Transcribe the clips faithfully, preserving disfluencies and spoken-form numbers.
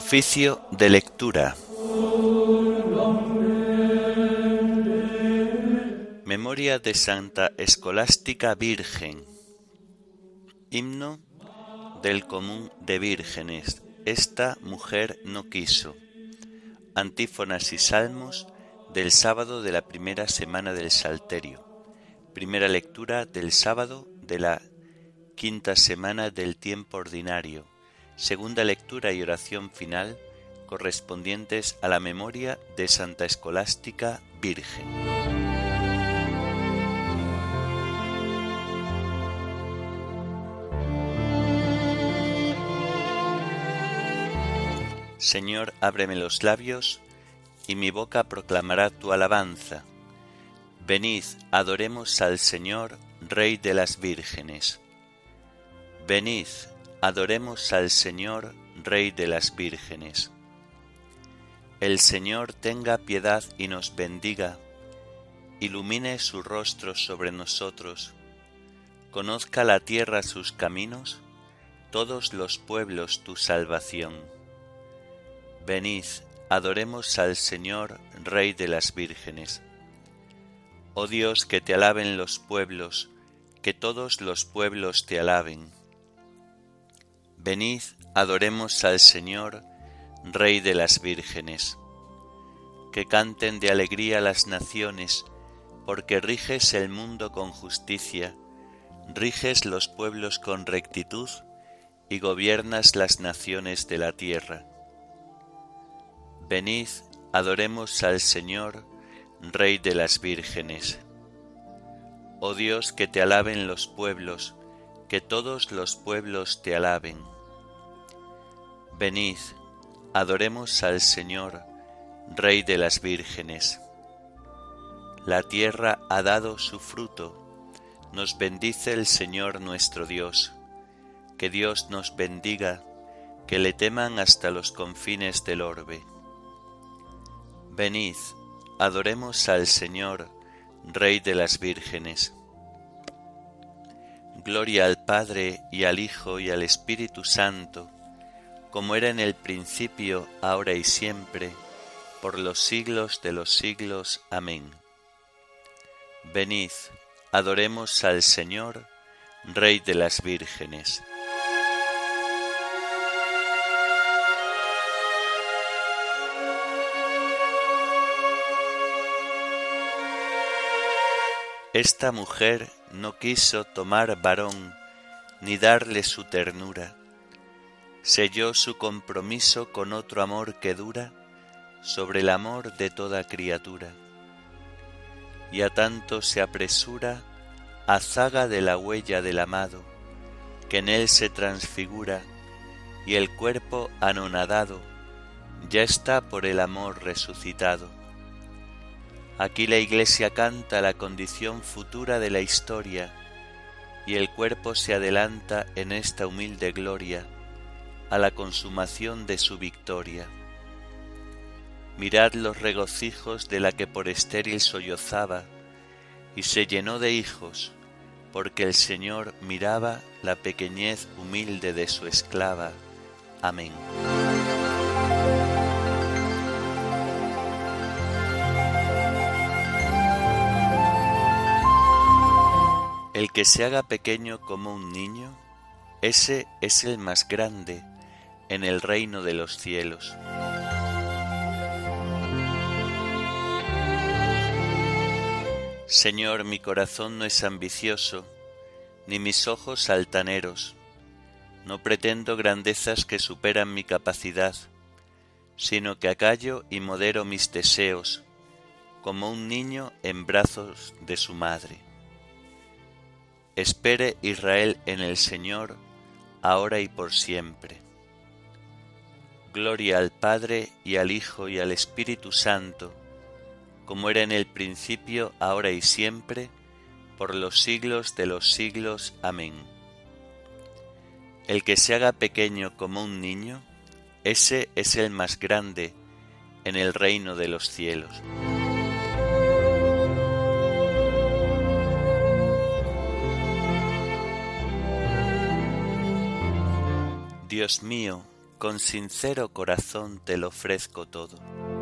Oficio de lectura. Memoria de Santa Escolástica Virgen. Himno del común de vírgenes. Esta mujer no quiso. Antífonas y salmos del sábado de la primera semana del Salterio. Primera lectura del sábado de la quinta semana del tiempo ordinario. Segunda lectura y oración final correspondientes a la memoria de Santa Escolástica Virgen. Señor, ábreme los labios, y mi boca proclamará tu alabanza. Venid, adoremos al Señor, Rey de las vírgenes. Venid, adoremos al Señor, Rey de las vírgenes. El Señor tenga piedad y nos bendiga, ilumine su rostro sobre nosotros, conozca la tierra sus caminos, todos los pueblos tu salvación. Venid, adoremos al Señor, Rey de las vírgenes. Oh Dios, que te alaben los pueblos, que todos los pueblos te alaben. Venid, adoremos al Señor, Rey de las vírgenes. Que canten de alegría las naciones, porque riges el mundo con justicia, riges los pueblos con rectitud y gobiernas las naciones de la tierra. Venid, adoremos al Señor, Rey de las vírgenes. Oh Dios, que te alaben los pueblos, que todos los pueblos te alaben. Venid, adoremos al Señor, Rey de las vírgenes. La tierra ha dado su fruto, nos bendice el Señor nuestro Dios. Que Dios nos bendiga, que le teman hasta los confines del orbe. Venid, adoremos al Señor, Rey de las vírgenes. Gloria al Padre, y al Hijo, y al Espíritu Santo, como era en el principio, ahora y siempre, por los siglos de los siglos. Amén. Venid, adoremos al Señor, Rey de las vírgenes. Esta mujer no quiso tomar varón, ni darle su ternura. Selló su compromiso con otro amor que dura, sobre el amor de toda criatura. Y a tanto se apresura, a zaga de la huella del amado, que en él se transfigura, y el cuerpo anonadado ya está por el amor resucitado. Aquí la Iglesia canta la condición futura de la historia, y el cuerpo se adelanta en esta humilde gloria a la consumación de su victoria. Mirad los regocijos de la que por estéril sollozaba, y se llenó de hijos, porque el Señor miraba la pequeñez humilde de su esclava. Amén. El que se haga pequeño como un niño, ese es el más grande en el reino de los cielos. Señor, mi corazón no es ambicioso, ni mis ojos altaneros. No pretendo grandezas que superan mi capacidad, sino que acallo y modero mis deseos, como un niño en brazos de su madre. Espere Israel en el Señor, ahora y por siempre. Gloria al Padre, y al Hijo, y al Espíritu Santo, como era en el principio, ahora y siempre, por los siglos de los siglos. Amén. El que se haga pequeño como un niño, ese es el más grande en el reino de los cielos. Dios mío, con sincero corazón te lo ofrezco todo.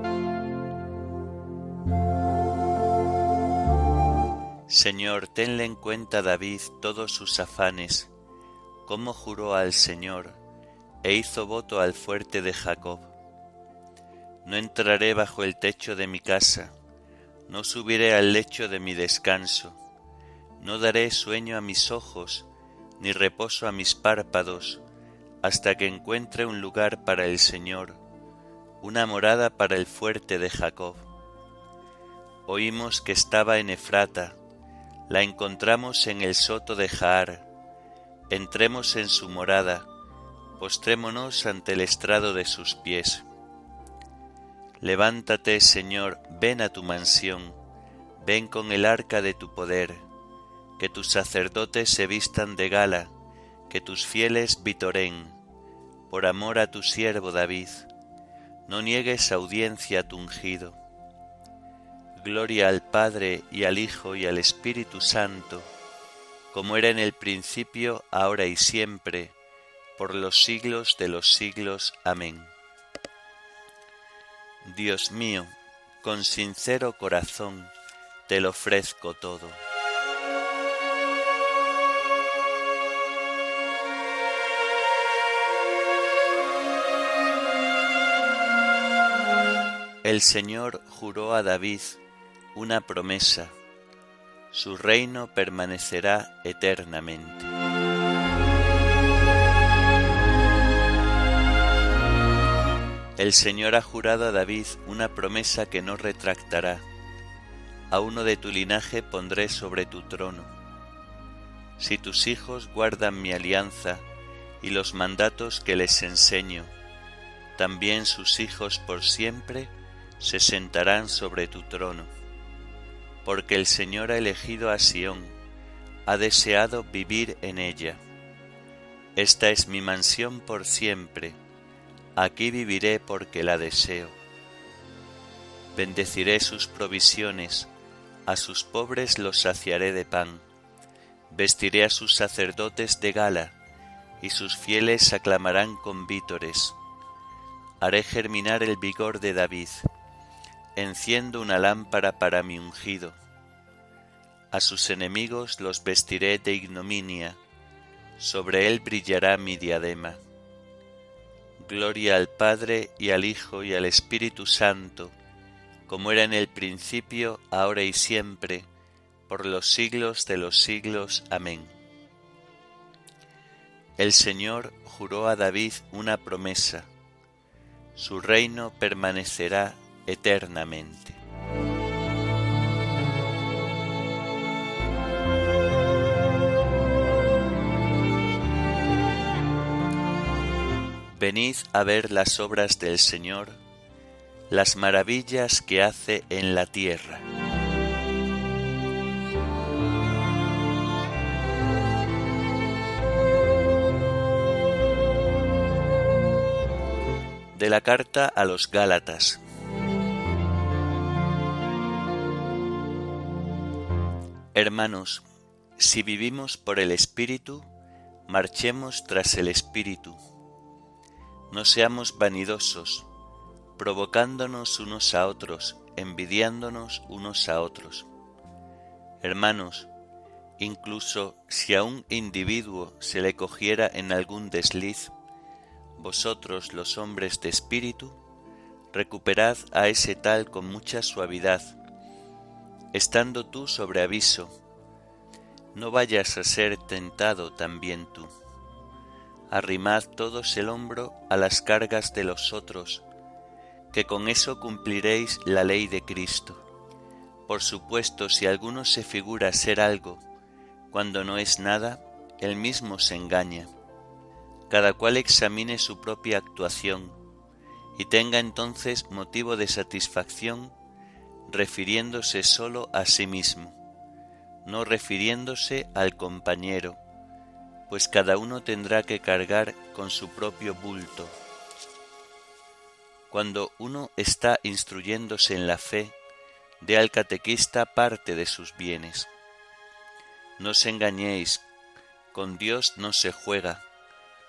Señor, tenle en cuenta David todos sus afanes, cómo juró al Señor e hizo voto al fuerte de Jacob. No entraré bajo el techo de mi casa, no subiré al lecho de mi descanso, no daré sueño a mis ojos, ni reposo a mis párpados, hasta que encuentre un lugar para el Señor, una morada para el fuerte de Jacob. Oímos que estaba en Efrata, la encontramos en el soto de Jaar. Entremos en su morada, postrémonos ante el estrado de sus pies. Levántate, Señor, ven a tu mansión, ven con el arca de tu poder, que tus sacerdotes se vistan de gala, que tus fieles vitoren, por amor a tu siervo David, no niegues audiencia a tu ungido. Gloria al Padre y al Hijo y al Espíritu Santo, como era en el principio, ahora y siempre, por los siglos de los siglos. Amén. Dios mío, con sincero corazón te lo ofrezco todo. El Señor juró a David una promesa, su reino permanecerá eternamente. El Señor ha jurado a David una promesa que no retractará. A uno de tu linaje pondré sobre tu trono. Si tus hijos guardan mi alianza y los mandatos que les enseño, también sus hijos por siempre se sentarán sobre tu trono. Porque el Señor ha elegido a Sión, ha deseado vivir en ella. Esta es mi mansión por siempre, aquí viviré porque la deseo. Bendeciré sus provisiones, a sus pobres los saciaré de pan. Vestiré a sus sacerdotes de gala, y sus fieles aclamarán con vítores. Haré germinar el vigor de David, enciendo una lámpara para mi ungido. A sus enemigos los vestiré de ignominia, sobre él brillará mi diadema. Gloria al Padre y al Hijo y al Espíritu Santo, como era en el principio, ahora y siempre, por los siglos de los siglos. Amén. El Señor juró a David una promesa, su reino permanecerá eternamente. Venid a ver las obras del Señor, las maravillas que hace en la tierra. De la carta a los Gálatas. Hermanos, si vivimos por el Espíritu, marchemos tras el Espíritu. No seamos vanidosos, provocándonos unos a otros, envidiándonos unos a otros. Hermanos, incluso si a un individuo se le cogiera en algún desliz, vosotros, los hombres de espíritu, recuperad a ese tal con mucha suavidad, estando tú sobre aviso, no vayas a ser tentado también tú. Arrimad todos el hombro a las cargas de los otros, que con eso cumpliréis la ley de Cristo. Por supuesto, si alguno se figura ser algo, cuando no es nada, él mismo se engaña. Cada cual examine su propia actuación, y tenga entonces motivo de satisfacción, refiriéndose solo a sí mismo, no refiriéndose al compañero, pues cada uno tendrá que cargar con su propio bulto. Cuando uno está instruyéndose en la fe, dé al catequista parte de sus bienes. No os engañéis, con Dios no se juega,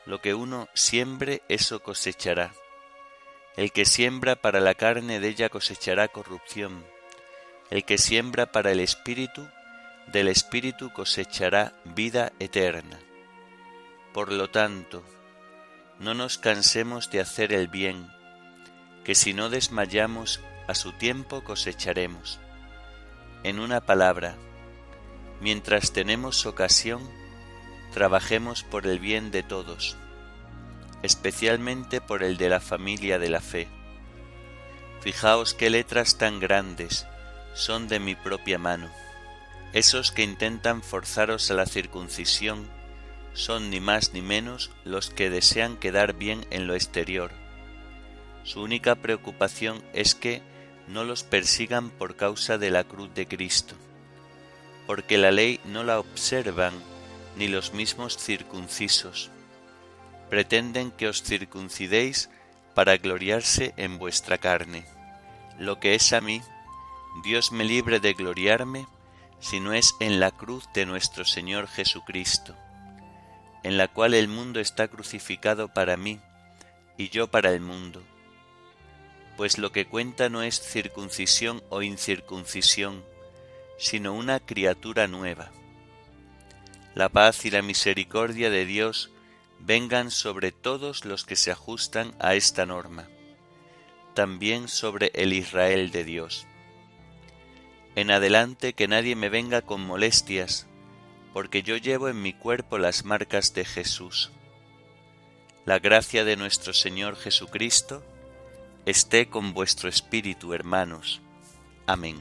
Lo que uno siembre, eso cosechará. El que siembra para la carne, de ella cosechará corrupción. El que siembra para el Espíritu, del Espíritu cosechará vida eterna. Por lo tanto, no nos cansemos de hacer el bien, que si no desmayamos, a su tiempo cosecharemos. En una palabra, mientras tenemos ocasión, trabajemos por el bien de todos, especialmente por el de la familia de la fe. Fijaos qué letras tan grandes son de mi propia mano. Esos que intentan forzaros a la circuncisión son ni más ni menos los que desean quedar bien en lo exterior. Su única preocupación es que no los persigan por causa de la cruz de Cristo, porque la ley no la observan ni los mismos circuncisos. Pretenden que os circuncidéis para gloriarse en vuestra carne. Lo que es a mí, Dios me libre de gloriarme, si no es en la cruz de nuestro Señor Jesucristo, en la cual el mundo está crucificado para mí, y yo para el mundo. Pues lo que cuenta no es circuncisión o incircuncisión, sino una criatura nueva. La paz y la misericordia de Dios vengan sobre todos los que se ajustan a esta norma, también sobre el Israel de Dios. En adelante que nadie me venga con molestias, porque yo llevo en mi cuerpo las marcas de Jesús. La gracia de nuestro Señor Jesucristo esté con vuestro espíritu, hermanos. Amén.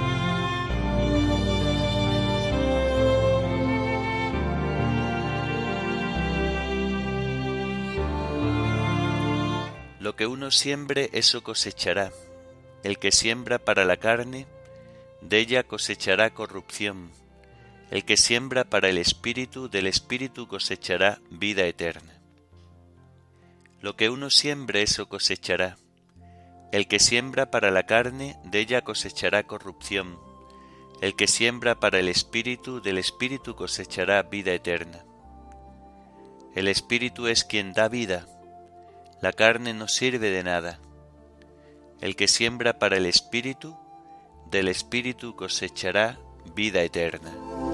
Lo que uno siembre, eso cosechará. El que siembra para la carne, de ella cosechará corrupción. El que siembra para el Espíritu, del Espíritu cosechará vida eterna. Lo que uno siembre, eso cosechará. El que siembra para la carne, de ella cosechará corrupción. El que siembra para el Espíritu, del Espíritu cosechará vida eterna. El Espíritu es quien da vida. La carne no sirve de nada. El que siembra para el Espíritu, del Espíritu cosechará vida eterna.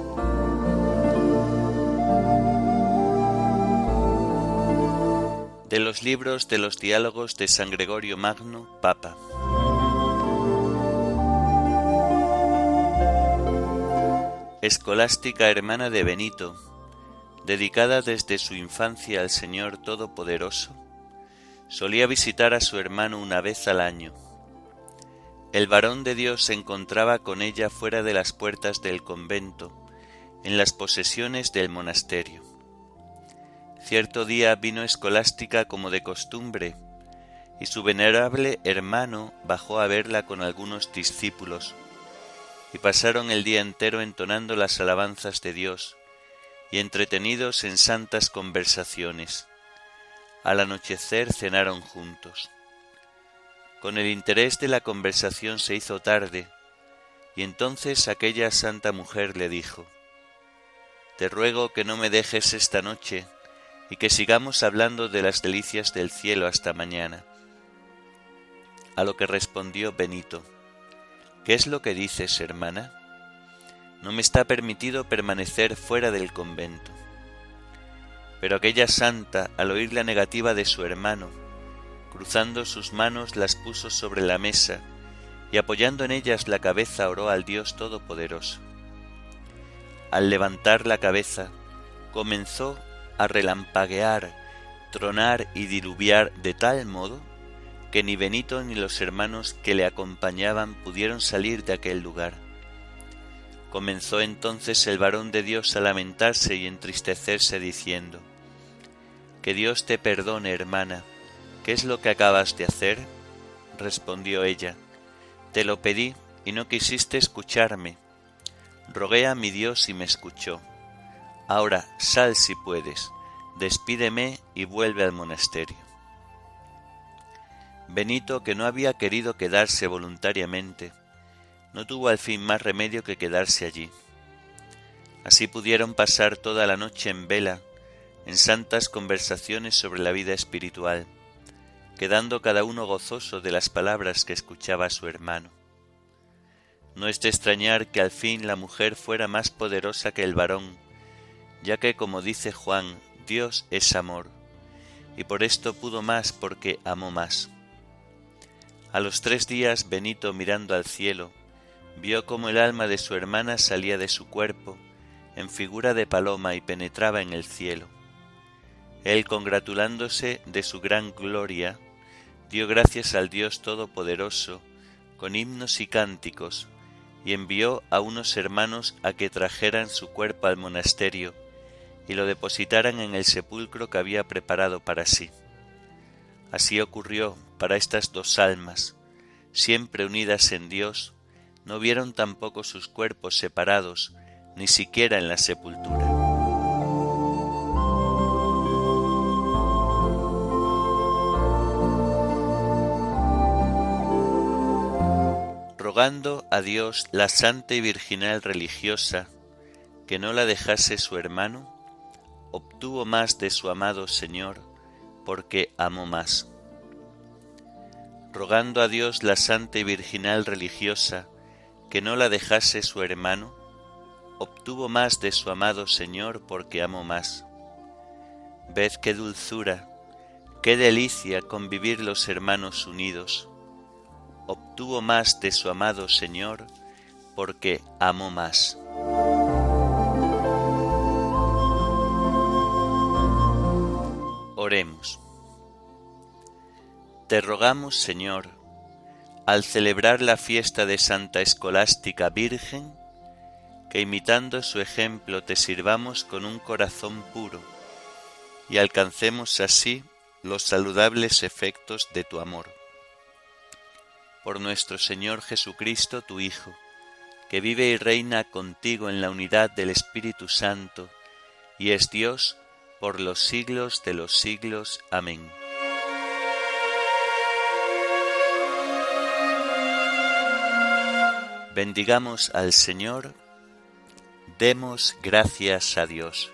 De los libros de los diálogos de San Gregorio Magno, Papa. Escolástica hermana de Benito, dedicada desde su infancia al Señor Todopoderoso, solía visitar a su hermano una vez al año. El varón de Dios se encontraba con ella fuera de las puertas del convento, en las posesiones del monasterio. Cierto día vino Escolástica como de costumbre, y su venerable hermano bajó a verla con algunos discípulos, y pasaron el día entero entonando las alabanzas de Dios, y entretenidos en santas conversaciones. Al anochecer cenaron juntos. Con el interés de la conversación se hizo tarde, y entonces aquella santa mujer le dijo: «Te ruego que no me dejes esta noche, y que sigamos hablando de las delicias del cielo hasta mañana». A lo que respondió Benito: «¿Qué es lo que dices, hermana? No me está permitido permanecer fuera del convento». Pero aquella santa, al oír la negativa de su hermano, cruzando sus manos las puso sobre la mesa, y apoyando en ellas la cabeza oró al Dios Todopoderoso. Al levantar la cabeza, comenzó a relampaguear, tronar y diluviar de tal modo que ni Benito ni los hermanos que le acompañaban pudieron salir de aquel lugar. Comenzó entonces el varón de Dios a lamentarse y entristecerse diciendo: «Que Dios te perdone, hermana, ¿qué es lo que acabas de hacer?». Respondió ella: «Te lo pedí y no quisiste escucharme. Rogué a mi Dios y me escuchó. Ahora sal si puedes, despídeme y vuelve al monasterio». Benito, que no había querido quedarse voluntariamente, no tuvo al fin más remedio que quedarse allí. Así pudieron pasar toda la noche en vela, en santas conversaciones sobre la vida espiritual, quedando cada uno gozoso de las palabras que escuchaba a su hermano. No es de extrañar que al fin la mujer fuera más poderosa que el varón, ya que, como dice Juan, Dios es amor, y por esto pudo más porque amó más. A los tres días, Benito, mirando al cielo, vio cómo el alma de su hermana salía de su cuerpo en figura de paloma y penetraba en el cielo. Él, congratulándose de su gran gloria, dio gracias al Dios Todopoderoso con himnos y cánticos, y envió a unos hermanos a que trajeran su cuerpo al monasterio y lo depositaran en el sepulcro que había preparado para sí. Así ocurrió para estas dos almas, siempre unidas en Dios, no vieron tampoco sus cuerpos separados, ni siquiera en la sepultura. Rogando a Dios la santa y virginal religiosa, que no la dejase su hermano, obtuvo más de su amado Señor, porque amó más. Rogando a Dios la santa y virginal religiosa, que no la dejase su hermano, obtuvo más de su amado Señor, porque amó más. Ved qué dulzura, qué delicia convivir los hermanos unidos. Obtuvo más de su amado Señor, porque amó más. Oremos. Te rogamos, Señor, al celebrar la fiesta de Santa Escolástica Virgen, que imitando su ejemplo te sirvamos con un corazón puro y alcancemos así los saludables efectos de tu amor. Por nuestro Señor Jesucristo, tu Hijo, que vive y reina contigo en la unidad del Espíritu Santo, y es Dios por los siglos de los siglos. Amén. Bendigamos al Señor, demos gracias a Dios.